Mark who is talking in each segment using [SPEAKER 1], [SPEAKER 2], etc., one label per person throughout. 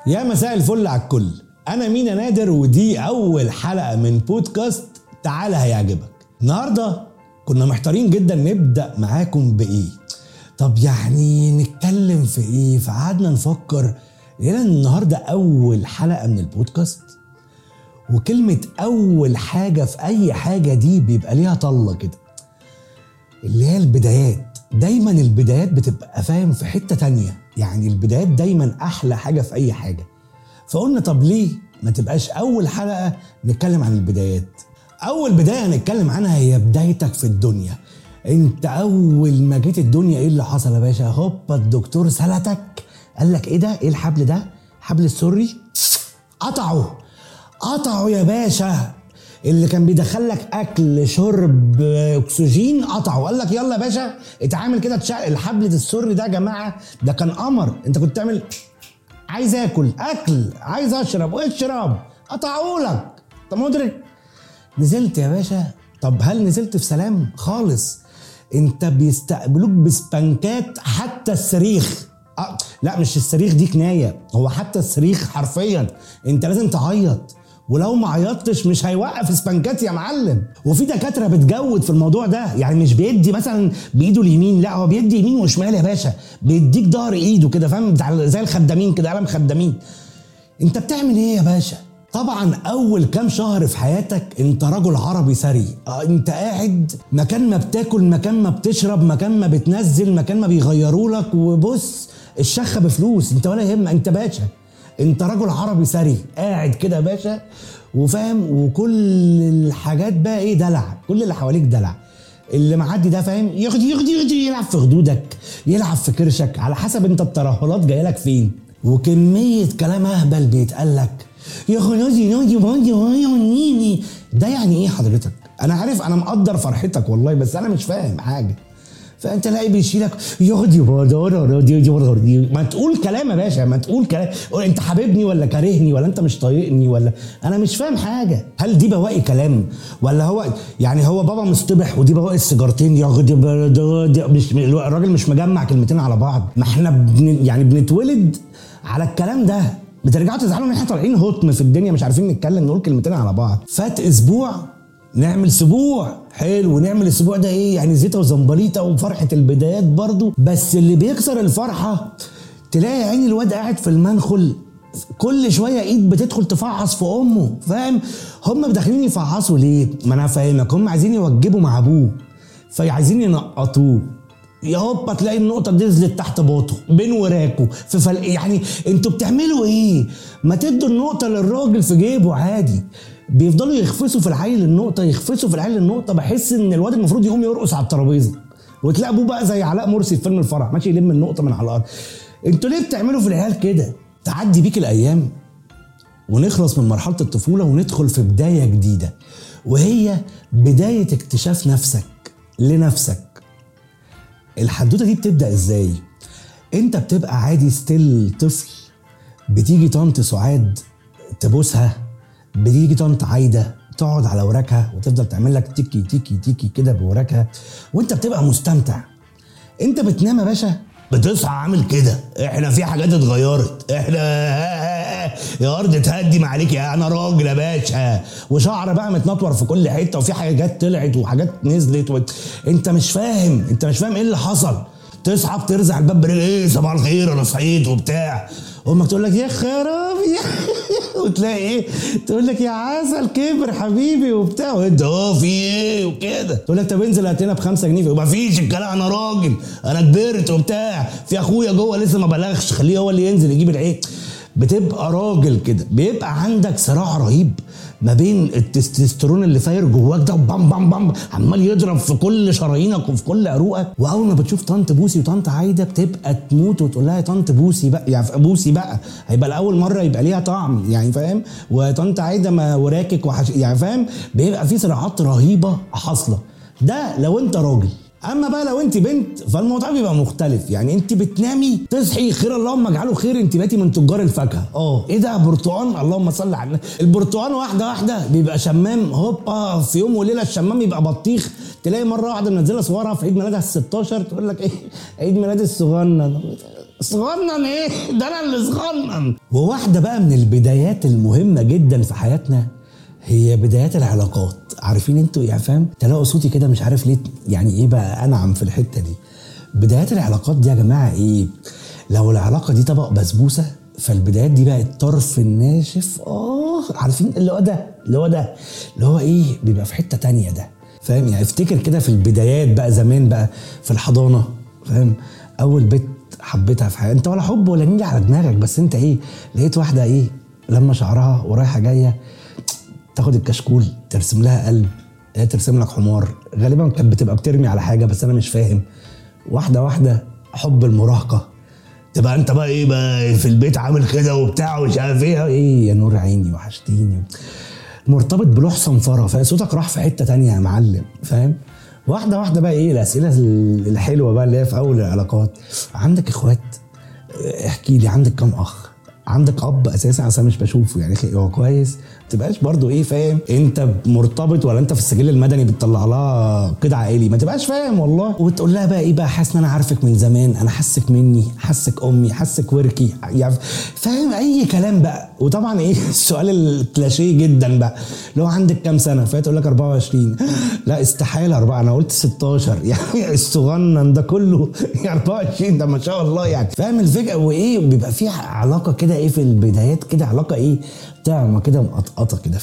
[SPEAKER 1] يا مساء الفل على الكل. انا مينا نادر ودي اول حلقة من بودكاست تعالى هيعجبك. النهاردة كنا محتارين جدا نبدأ معاكم بايه، طب يعني نتكلم في ايه، فقعدنا نفكر لقينا النهاردة اول حلقة من البودكاست، وكلمة اول حاجة في اي حاجة دي بيبقى ليها طلة كده اللي هي البدايات. دايما البدايات بتبقى فاهم في حتة تانية، يعني البدايات دايما احلى حاجة في اي حاجة. فقلنا طب ليه ما تبقاش اول حلقة نتكلم عن البدايات. اول بداية هنتكلم عنها هي بدايتك في الدنيا. انت اول ما جيت الدنيا ايه اللي حصل يا باشا؟ هوبا الدكتور سلتك قال لك ايه ده، ايه الحبل ده، حبل السري، قطعوا يا باشا. اللي كان بيدخلك اكل شرب اكسجين قطعوا، قال لك يلا يا باشا اتعامل كده الحبل السري ده يا جماعه ده كان قمر، انت كنت تعمل عايز اكل عايز اشرب قطعوا لك. انت مدرك؟ نزلت يا باشا. طب هل نزلت في سلام؟ خالص. انت بيستقبلوك بسبانكات، حتى الصريخ لا مش الصريخ دي كنايه، هو حتى الصريخ حرفيا انت لازم تعيط، ولو ما عيطتش مش هيوقف سبانكات يا معلم. وفي دكاتره بتجود في الموضوع ده، يعني مش بيدي مثلا بايده اليمين، لا هو بيدي يمين وشمال يا باشا، بيديك ظهر ايده كده، فاهم، زي الخدامين كده، قلم خدامين. انت بتعمل ايه يا باشا؟ طبعا اول كام شهر في حياتك انت رجل عربي ثري، انت قاعد مكان ما بتاكل، مكان ما بتشرب، مكان ما بتنزل، مكان ما بيغيرولك، وبص الشخه بفلوس انت ولا يهم، انت باشا، انت رجل عربي ثري قاعد كده باشا وفاهم، وكل الحاجات بقى ايه دلع، كل اللي حواليك دلع. اللي معدي ده فاهم يغدي يلعب في خدودك، يلعب في كرشك، على حسب انت الترهلات جايه لك فين. وكميه كلام اهبل بيتقال لك يا خلاص ده يعني ايه حضرتك؟ انا عارف، انا مقدر فرحتك والله، بس انا مش فاهم حاجه. فانت لاقي بيشيلك يغدي ما تقول كلام يا باشا، ما تقول كلام. انت حبيبني ولا كارهني ولا انت مش طايقني ولا انا مش فاهم حاجه. هل دي بواقي كلام ولا هو يعني هو بابا مصطبح ودي بواقي السيجارتين يغدي مش الراجل مش مجمع كلمتين على بعض؟ ما احنا يعني بنتولد على الكلام ده، بترجعوا تزعلوا ان احنا طالعين هطم في الدنيا مش عارفين نتكلم نقول كلمتين على بعض. فات اسبوع نعمل اسبوع حلو، ونعمل الاسبوع ده ايه يعني زيته وزنبليطه وفرحه البدايات برضو. بس اللي بيكسر الفرحه تلاقي عين الواد قاعد في المنخل كل شويه ايد بتدخل تفعص في امه، فاهم؟ هم داخلين يفعصوا ليه؟ ما انا فاهمك، هم عايزين يوجبوا مع ابوه فعايزين ينقطوه. يا هوبا تلاقي النقطه دي نزلت تحت باطه بين وراكه في فلق. يعني انتوا بتعملوا ايه؟ ما تدوا النقطه للراجل في جيبه عادي. بيفضلوا يخفسوا في العيل النقطه، بحس ان الواد المفروض يقوم يرقص على الترابيزه، وتلاقي ابوه بقى زي علاء مرسي في فيلم الفرح ماشي يلم النقطه من على الارض. انتوا ليه بتعملوا في العيال كده؟ تعدي بيك الايام ونخلص من مرحله الطفوله وندخل في بدايه جديده، وهي بدايه اكتشاف نفسك لنفسك. الحدوته دي بتبدا ازاي؟ انت بتبقى عادي ستيل طفل، بتيجي طنط سعاد تبوسها، بتيجي طنط عايده تقعد على وراكها وتفضل تعمل لك تيكي تيكي تيكي كده بوراكها، وانت بتبقى مستمتع. انت بتنام يا باشا بتصحى عامل كده، احنا في حاجات اتغيرت، احنا يا ارض تهدم عليك يا انا راجل يا باشا، وشعر بقى متنطور في كل حته، وفي حاجات طلعت وحاجات نزلت انت مش فاهم ايه اللي حصل. تصحى بترزع الباب برجل، ايه صباح الخير انا صحيت وبتاع، امك تقول لك يا خرابي وتلاقي ايه تقول لك يا عسل كبر حبيبي وبتاع، وانت في ايه وكده، تقول لك طب انزل هات لنا ب5 جنيه، وما فيش الكلام، انا راجل انا كبرت وبتاع، في اخويا جوه لسه ما بلغش خليه هو اللي ينزل يجيب العيش. بتبقى راجل كده، بيبقى عندك صراع رهيب ما بين التستوستيرون اللي فاير جواك ده بام بام بام عمال يضرب في كل شرايينك وفي كل عروقك، واول ما بتشوف طنط بوسي وطنط عايده بتبقى تموت وتقول لها يا طنط بوسي بقى، يعني بوسي بقى هيبقى لاول مره يبقى ليها طعم، يعني فاهم، وطنط عايده ما وراكك يعني فاهم، بيبقى في صراعات رهيبه حاصله. ده لو انت راجل. اما بقى لو انت بنت فالموضوع بيبقى مختلف، يعني انت بتنامي تصحي خير اللهم اجعله خير، انت بقيتي من تجار الفاكهه. ايه ده برتقان، اللهم صل على النبي، البرتقان واحده واحده بيبقى شمام، هوبا في يوم وليله الشمام يبقى بطيخ، تلاقي مره واحده منزله صورها في عيد ميلادها ال16 تقول لك ايه عيد ميلاد الصغنن صغنن ايه ده، انا اللي صغنن. وواحده بقى من البدايات المهمه جدا في حياتنا هي بدايات العلاقات. عارفين انتوا يعني فاهم، تلاقوا صوتي كده مش عارف ليه يعني ايه بقى انعم في الحته دي. بدايات العلاقات دي يا جماعه ايه؟ لو العلاقه دي طبق بسبوسه، فالبدايات دي بقى الطرف الناشف. عارفين اللي هو ايه، بيبقى في حته تانية ده، فاهم يعني. افتكر كده في البدايات بقى زمان بقى في الحضانه، فاهم، اول بنت حبيتها في حياتك، انت ولا حب ولا نيجي على دماغك، بس انت ايه، لقيت واحده ايه لما شعرها ورايحه جايه، تاخد الكشكول ترسم لها قلب، هي ترسم لك حمار. غالبا كانت بتبقى بترمي على حاجه بس انا مش فاهم. واحده حب المراهقه، تبقى انت بقى ايه بقى في البيت عامل كده وبتاع ومش عارف ايه يا نور عيني وحشتيني، مرتبط بلوح صنفره، فصوتك راح في حته تانية يا معلم، فاهم. واحده بقى ايه الاسئله الحلوه بقى اللي هي في اول العلاقات. عندك اخوات؟ احكي لي عندك كم اخ؟ عندك اب اساسا؟ اصلا مش بشوفه يعني هو كويس، تبقاش برضو ايه فاهم انت مرتبط ولا انت في السجل المدني بتطلع لها قيد عائلي، ما تبقاش فاهم والله. وبتقول لها بقى ايه بقى، حاسس ان انا عارفك من زمان، انا حاسك مني، حاسك امي، حاسك وركي يعني، فاهم اي كلام بقى. وطبعا ايه السؤال الكلاشيه جدا بقى، لو عندك كام سنه؟ فهي تقول لك 24. لا استحاله 4، انا قلت 16 يعني الصغنن ده كله 24 ده ما شاء الله يعني، فاهم الفكره. وايه بيبقى في علاقه كده ايه في البدايات كده، علاقه ايه طعمه كده مقطقطه كده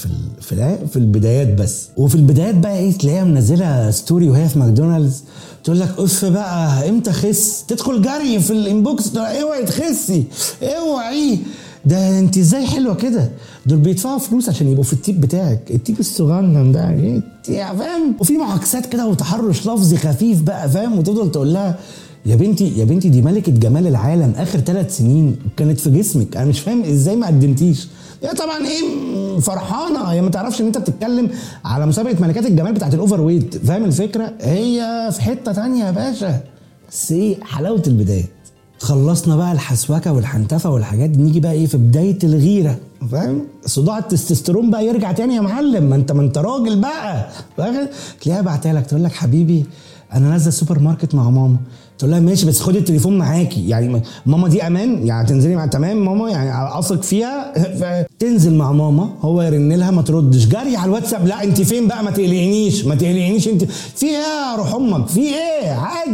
[SPEAKER 1] في البدايات بس. وفي البدايات بقى ايه تلاقيها منزله ستوري وهي في ماكدونالدز، تقول لك اف بقى امتى خس، تدخل جري في الانبوكس اوعي تخسي، اوعي ده انت ازاي حلوه كده. دول بيدفعوا فلوس عشان يبقوا في التيب بتاعك، التيب الصغنن ده ايه فاهم. وفي معاكسات كده وتحرش لفظي خفيف بقى فاهم، وتفضل تقول لها يا بنتي دي ملكة جمال العالم، اخر 3 سنين كانت في جسمك، انا مش فاهم ازاي ما قدمتيش. هي طبعا ايه فرحانه، هي ما تعرفش ان انت بتتكلم على مسابقه ملكات الجمال بتاعت الاوفر ويت، فاهم الفكره. هي في حته تانية يا باشا. بس ايه حلاوه البدايه. خلصنا بقى الحسوكه والحنتفه والحاجات دي، نيجي بقى ايه في بدايه الغيره، فاهم. صداع التستوستيرون بقى يرجع تاني يا معلم، ما انت راجل بقى، فاهم. تلاقيها بعتها لك تقول لك حبيبي انا نازله السوبر ماركت مع ماما، تقول لها ماشي بس خدي التليفون معاكي، يعني ماما دي امان يعني تنزلي مع تمام ماما يعني اثق فيها. فتنزل مع ماما، هو يرن لها ما تردش، جري على الواتساب لا انت فين بقى، ما تقلقنيش انت في ايه، روح امك في ايه،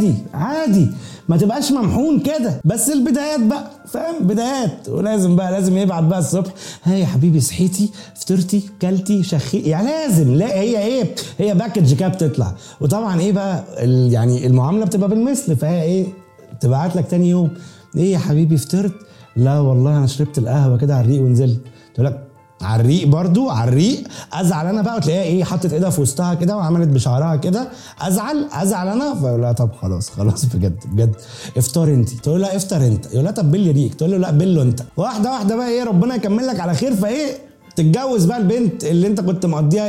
[SPEAKER 1] عادي ما تبقاش ممحون كده. بس البدايات بقى فاهم بدايات، ولازم يبعت بقى الصبح، ها يا حبيبي صحيتي فطرتي كلتي شخيتي، يعني لازم. لا هي باكج كده بتطلع. وطبعا ايه بقى يعني المعامله بتبقى بالمثل، فهي ايه تبعت لك تاني يوم، ايه يا حبيبي فطرت؟ لا والله انا شربت القهوه كده على الريق ونزلت. تقول لك على الريق برضو على الريق، ازعل انا بقى، وتلاقيها ايه حطت ايدها في وسطها كده وعملت بشعرها كده، ازعل انا. فيقول لها طب خلاص بجد افطر انت، تقول لها افطر انت، يقول لها طب بلي ريق، تقول له لا بله انت. واحده بقى ايه ربنا يكمل لك على خير، فايه تتجوز بقى البنت اللي انت كنت مقضيها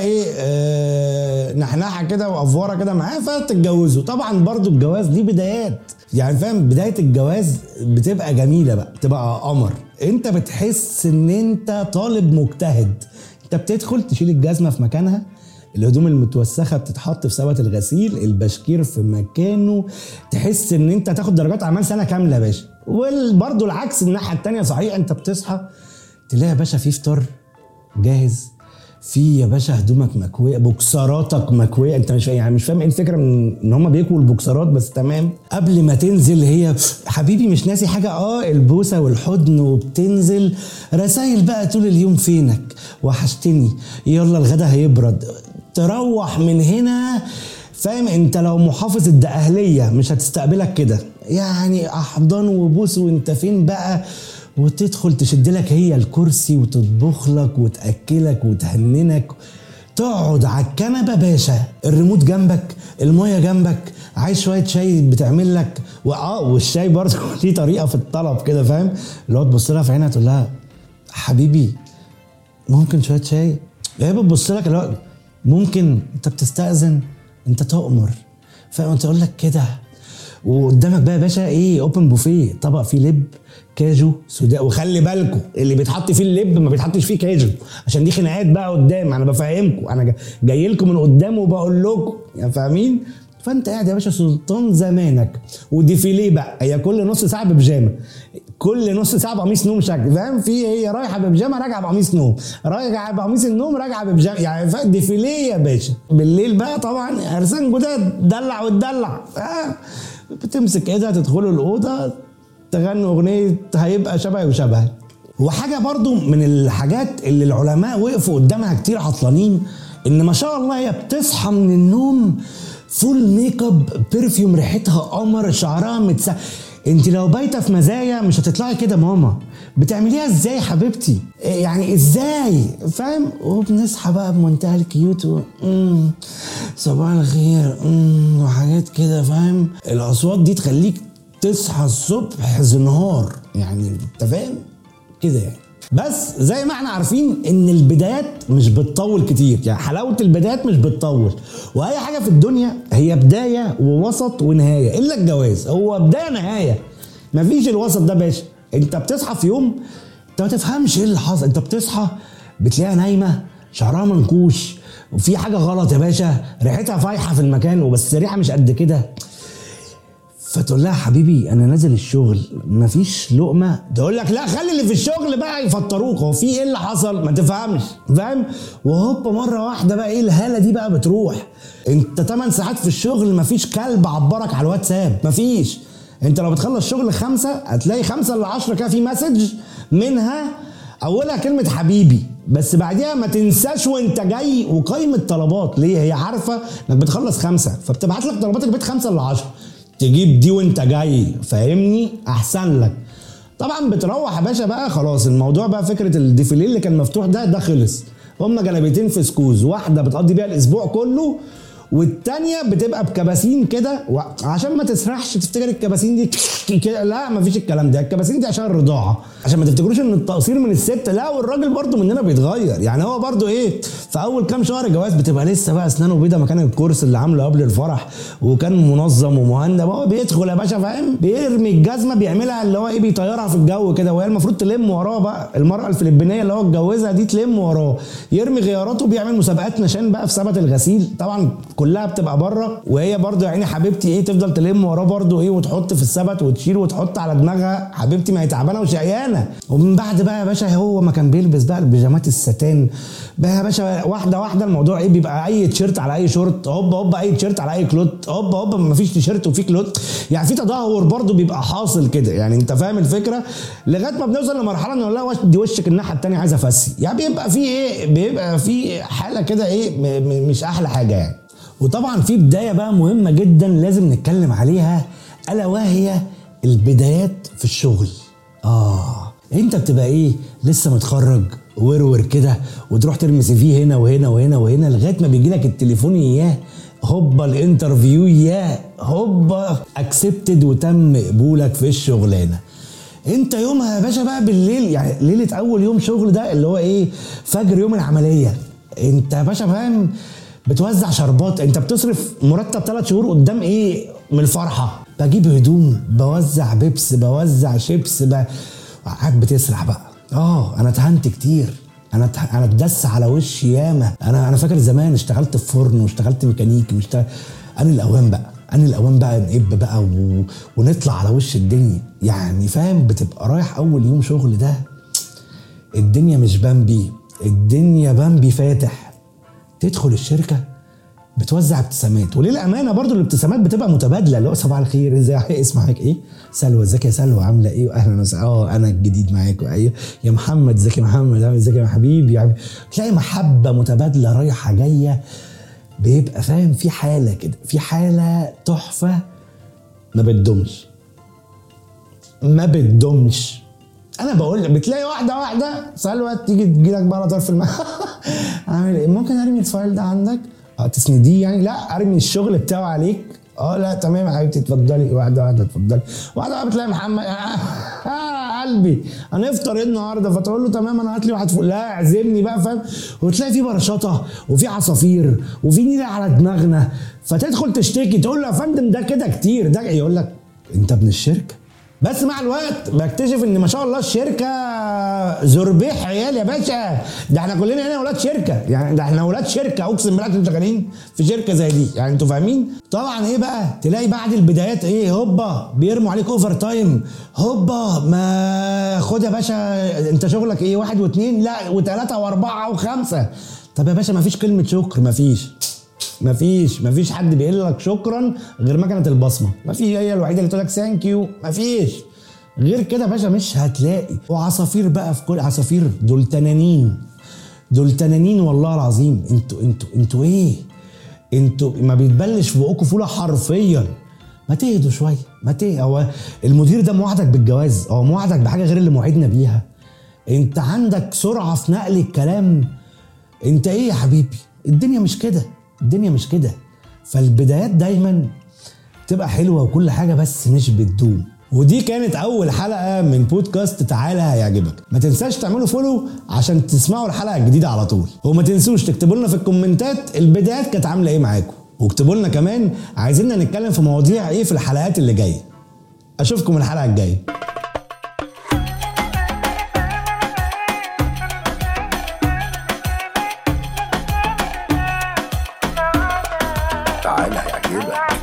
[SPEAKER 1] ايه نحنحه كده وافوره كده معاه، فتتجوزوا. طبعا برضو الجواز دي بدايات يعني فاهم، بدايه الجواز بتبقى جميله بقى، بتبقى قمر، انت بتحس ان انت طالب مجتهد. انت بتدخل تشيل الجزمه في مكانها، الهدوم المتوسخه بتتحط في سبت الغسيل، البشكير في مكانه، تحس ان انت تاخد درجات اعمال سنه كامله يا باشا. وبرضو العكس الناحيه التانيه صحيح، انت بتصحى تلاقي يا باشا في فطار جاهز، في يا باشا هدومك مكويه، بوكسراتك مكويه، انت مش فاهم ايه الفكره من ان هم بيكووا البوكسرات بس تمام. قبل ما تنزل هي حبيبي مش ناسي حاجه، البوسه والحضن، وبتنزل رسايل بقى طول اليوم فينك وحشتني، يلا الغدا هيبرد، تروح من هنا فاهم. انت لو محافظ الدقهليه مش هتستقبلك كده يعني، احضان وبوس وانت فين بقى، وتدخل تشد لك هي الكرسي وتطبخ لك وتأكلك وتهننك، تقعد على الكنبه باشا، الريموت جنبك، الميه جنبك، عايز شويه شاي بتعمل لك، والشاي برضه ليه طريقه في الطلب كده فاهم، اللي هو تبص لها في عينها تقول لها حبيبي ممكن شويه شاي، هي بتبص لك اللي هو ممكن، انت بتستأذن، انت تؤمر فاهم، تقول لك كده. وقدامك بقى يا باشا ايه اوبن بوفيه، طبق فيه لب كاجو سوداء، وخلي بالكم اللي بيتحط فيه اللب ما بيتحطش فيه كاجو، عشان دي خناقات بقى قدام، انا بفهمكم، انا جاي لكم من قدام وبقول لكم يعني فاهمين. فانت قاعد يا باشا سلطان زمانك، وديفيليه بقى، هي كل نص ساعه ببيجامه، كل نص ساعه بقميص نوم شكل، فاهم؟ هي رايحه ببيجامه راجعه بقميص نوم، راجعه بقميص النوم راجعه ببيجامه، يعني فاهم؟ ديفيليه يا باشا. بالليل بقى طبعا عرسان جداد، دلع وتدلع، بتمسك ايدها تدخلوا الاوضه تغنوا اغنيه هيبقى شبهي وشبهك. وحاجه برضو من الحاجات اللي العلماء وقفوا قدامها كتير عطلانين، ان ما شاء الله هي بتصحى من النوم فول ميك اب، برفيوم ريحتها قمر، شعرها انت لو بايته في مزايا مش هتطلعي كده ماما. بتعمليها ازاي حبيبتي؟ يعني ازاي؟ فاهم؟ وبنصحى بقى بمنتهى الكيوت صباح الخير وحاجات كده، فاهم؟ الاصوات دي تخليك تصحى الصبح زنهار، يعني انت فاهم كده يعني. بس زي ما احنا عارفين ان البدايات مش بتطول كتير، يعني حلاوة البدايات مش بتطول، واي حاجة في الدنيا هي بداية ووسط ونهاية، الا الجواز هو بداية نهاية، مفيش الوسط ده باشا. انت بتصحى في يوم انت ما تفهمش ايه اللي حصل، انت بتصحى بتلاقيها نايمة شعرها منكوش وفي حاجة غلط يا باشا، ريحتها فايحة في المكان وبس ريحة مش قد كده، فتقول لها حبيبي انا نازل الشغل مفيش لقمه، تقول لك لا خلي اللي في الشغل بقى يفطروك، هو في ايه اللي حصل؟ ما تفهمش، فاهم؟ وهوب مره واحده بقى ايه الهاله دي بقى بتروح. انت 8 ساعات في الشغل مفيش كلب عبرك على الواتساب، مفيش. انت لو بتخلص شغل 5 هتلاقي 5 ل 10 كده في مسج، منها اولها كلمه حبيبي، بس بعديها ما تنساش وانت جاي وقائمه طلبات. ليه؟ هي عارفه انك بتخلص 5 فبتبعت لك طلبات البيت 5 ل 10، تجيب دي وانت جاي، فاهمني؟ احسن لك. طبعا بتروح يا باشا بقى خلاص، الموضوع بقى فكره الديفيليه اللي كان مفتوح ده خلص، هما جلابيتين في سكوز، واحده بتقضي بيها الاسبوع كله والتانية بتبقى بكباسين كده، عشان ما تسرحش تفتكر الكباسين دي كده، لا مفيش الكلام ده، الكباسين دي عشان الرضاعه، عشان ما تفتكروش ان التقصير من الست، لا والراجل برضو مننا بيتغير، يعني هو برضو ايه في اول كام شهر جواز بتبقى لسه بقى اسنانه بيضه مكان الكورس اللي عامله قبل الفرح، وكان منظم ومهندم، هو بيدخل يا باشا فاهم بيرمي الجزمه بيعملها اللي هو ايه بيطيرها في الجو كده، وهي المفروض تلم وراه بقى، المراه الفلبينيه اللي هو اتجوزها دي تلم وراه، يرمي غياراته، بيعمل مسابقات نشان بقى في سبت الغسيل، طبعا كلها بتبقى بره، وهي برضو يعني حبيبتي ايه تفضل تلم وراه برضو ايه وتحط في السبت وتشيل وتحط على دماغها، حبيبتي ما هي تعبانه وشقيانه. ومن بعد بقى يا باشا هو ما كان بيلبس بقى البيجامات الستان بقى يا باشا، واحده واحده الموضوع ايه بيبقى اي تيشيرت على اي شورت، هوب اي تيشيرت على اي كلوت، هوب ما فيش تيشيرت وفي كلوت، يعني في تدهور برضو بيبقى حاصل كده، يعني انت فاهم الفكره، لغايه ما بنوصل لمرحله ان لا دي وشك الناحيه الثانيه عايزه افسي، يعني بيبقى في ايه بيبقى في حاله كده ايه مش احلى حاجه يعني. وطبعا في بداية بقى مهمة جدا لازم نتكلم عليها، ألا وهي البدايات في الشغل. انت بتبقى ايه لسه متخرج ورور كده، وتروح ترمي سي في هنا وهنا وهنا وهنا لغاية ما بيجي لك التليفون اياه، هوبا الانترفيو اياه، هوبا اكسبتد وتم قبولك في الشغلانة. انت يومها يا باشا بقى بالليل، يعني ليلة اول يوم شغل ده اللي هو ايه فجر يوم العملية، انت يا باشا فاهم بتوزع شربات، انت بتصرف مرتب 3 شهور قدام ايه من الفرحه، بجيب هدوم، بوزع بيبس، بوزع شيبس، قاعد بتسرح بقى. انا اتهنت كتير، انا اتدس على وشي ياما، انا فاكر زمان اشتغلت في فرن واشتغلت ميكانيكي انا الاوان بقى نقب بقى ونطلع على وش الدنيا، يعني فاهم بتبقى رايح اول يوم شغل ده الدنيا مش بامبي، الدنيا بامبي فاتح، تدخل الشركه بتوزع ابتسامات، وللامانه برضو الابتسامات بتبقى متبادله، اللي هو صباح الخير ازاي اسمك ايه سلوى، ازيك يا سلوى عامله ايه واهلا وسهلا، انا الجديد معاكم، ايوه يا محمد ازيك يا محمد عامل ازيك يا حبيبي، يعني تلاقي محبه متبادله رايحه جايه، بيبقى فاهم في حاله كده، في حاله تحفه ما بتدومش. انا بقول لك بتلاقي واحده سلوى تيجي تجيلك بقى على طرف عامل ايه، ممكن ارمي الفايل ده عندك تسنديه، يعني لا ارمي الشغل بتاعه عليك، لا تمام يا حبيبتي اتفضلي، واحده اتفضلي، واحده بتلاقي محمد قلبي هنفطر ايه النهارده، فتقول له تمام انا هات لي واحد فوق، لا اعزمني بقى فاهم، وتلاقي في برشطه وفي عصافير وفي نيله على دماغنا، فتدخل تشتكي تقول له يا فندم ده كده كتير، ده يقول لك انت ابن الشركه بس مع الوقت بكتشف ان ما شاء الله الشركه زربيح عيال يا باشا. ده احنا كلنا هنا اولاد شركه، يعني ده احنا اولاد شركه، اقسم بالله احنا شغالين في شركه زي دي، يعني انتوا فاهمين. طبعا ايه بقى، تلاقي بعد البدايات ايه، هوبا بيرموا عليك اوفر تايم، هوبا ما خد يا باشا انت شغلك ايه، 1 و2 لا و3 و4 و5. طب يا باشا ما فيش كلمه شكر، مفيش حد بيقول لك شكرا غير مكنه البصمه، هي الوحيده اللي تقول لك ثانك يو، مفيش غير كده يا باشا مش هتلاقي. وعصافير بقى في كل عصافير، دول تنانين والله العظيم. انتوا ايه، انتوا ما بيتبلش في بقكم فوله حرفيا. ما تهدوا شويه، هو المدير ده موعدك بالجواز، هو موعدك بحاجه غير اللي موعدنا بيها. انت عندك سرعه في نقل الكلام، انت ايه يا حبيبي، الدنيا مش كده. فالبدايات دايما تبقى حلوه وكل حاجه بس مش بتدوم. ودي كانت اول حلقه من بودكاست تعالى هيعجبك. ما تنساش تعملوا فولو عشان تسمعوا الحلقه الجديده على طول، وما تنسوش تكتبوا لنا في الكومنتات البدايات كانت عامله ايه معاكم، واكتبوا لنا كمان عايزيننا نتكلم في مواضيع ايه في الحلقات اللي جايه. اشوفكم الحلقه الجايه.
[SPEAKER 2] تعالى هيعجبك.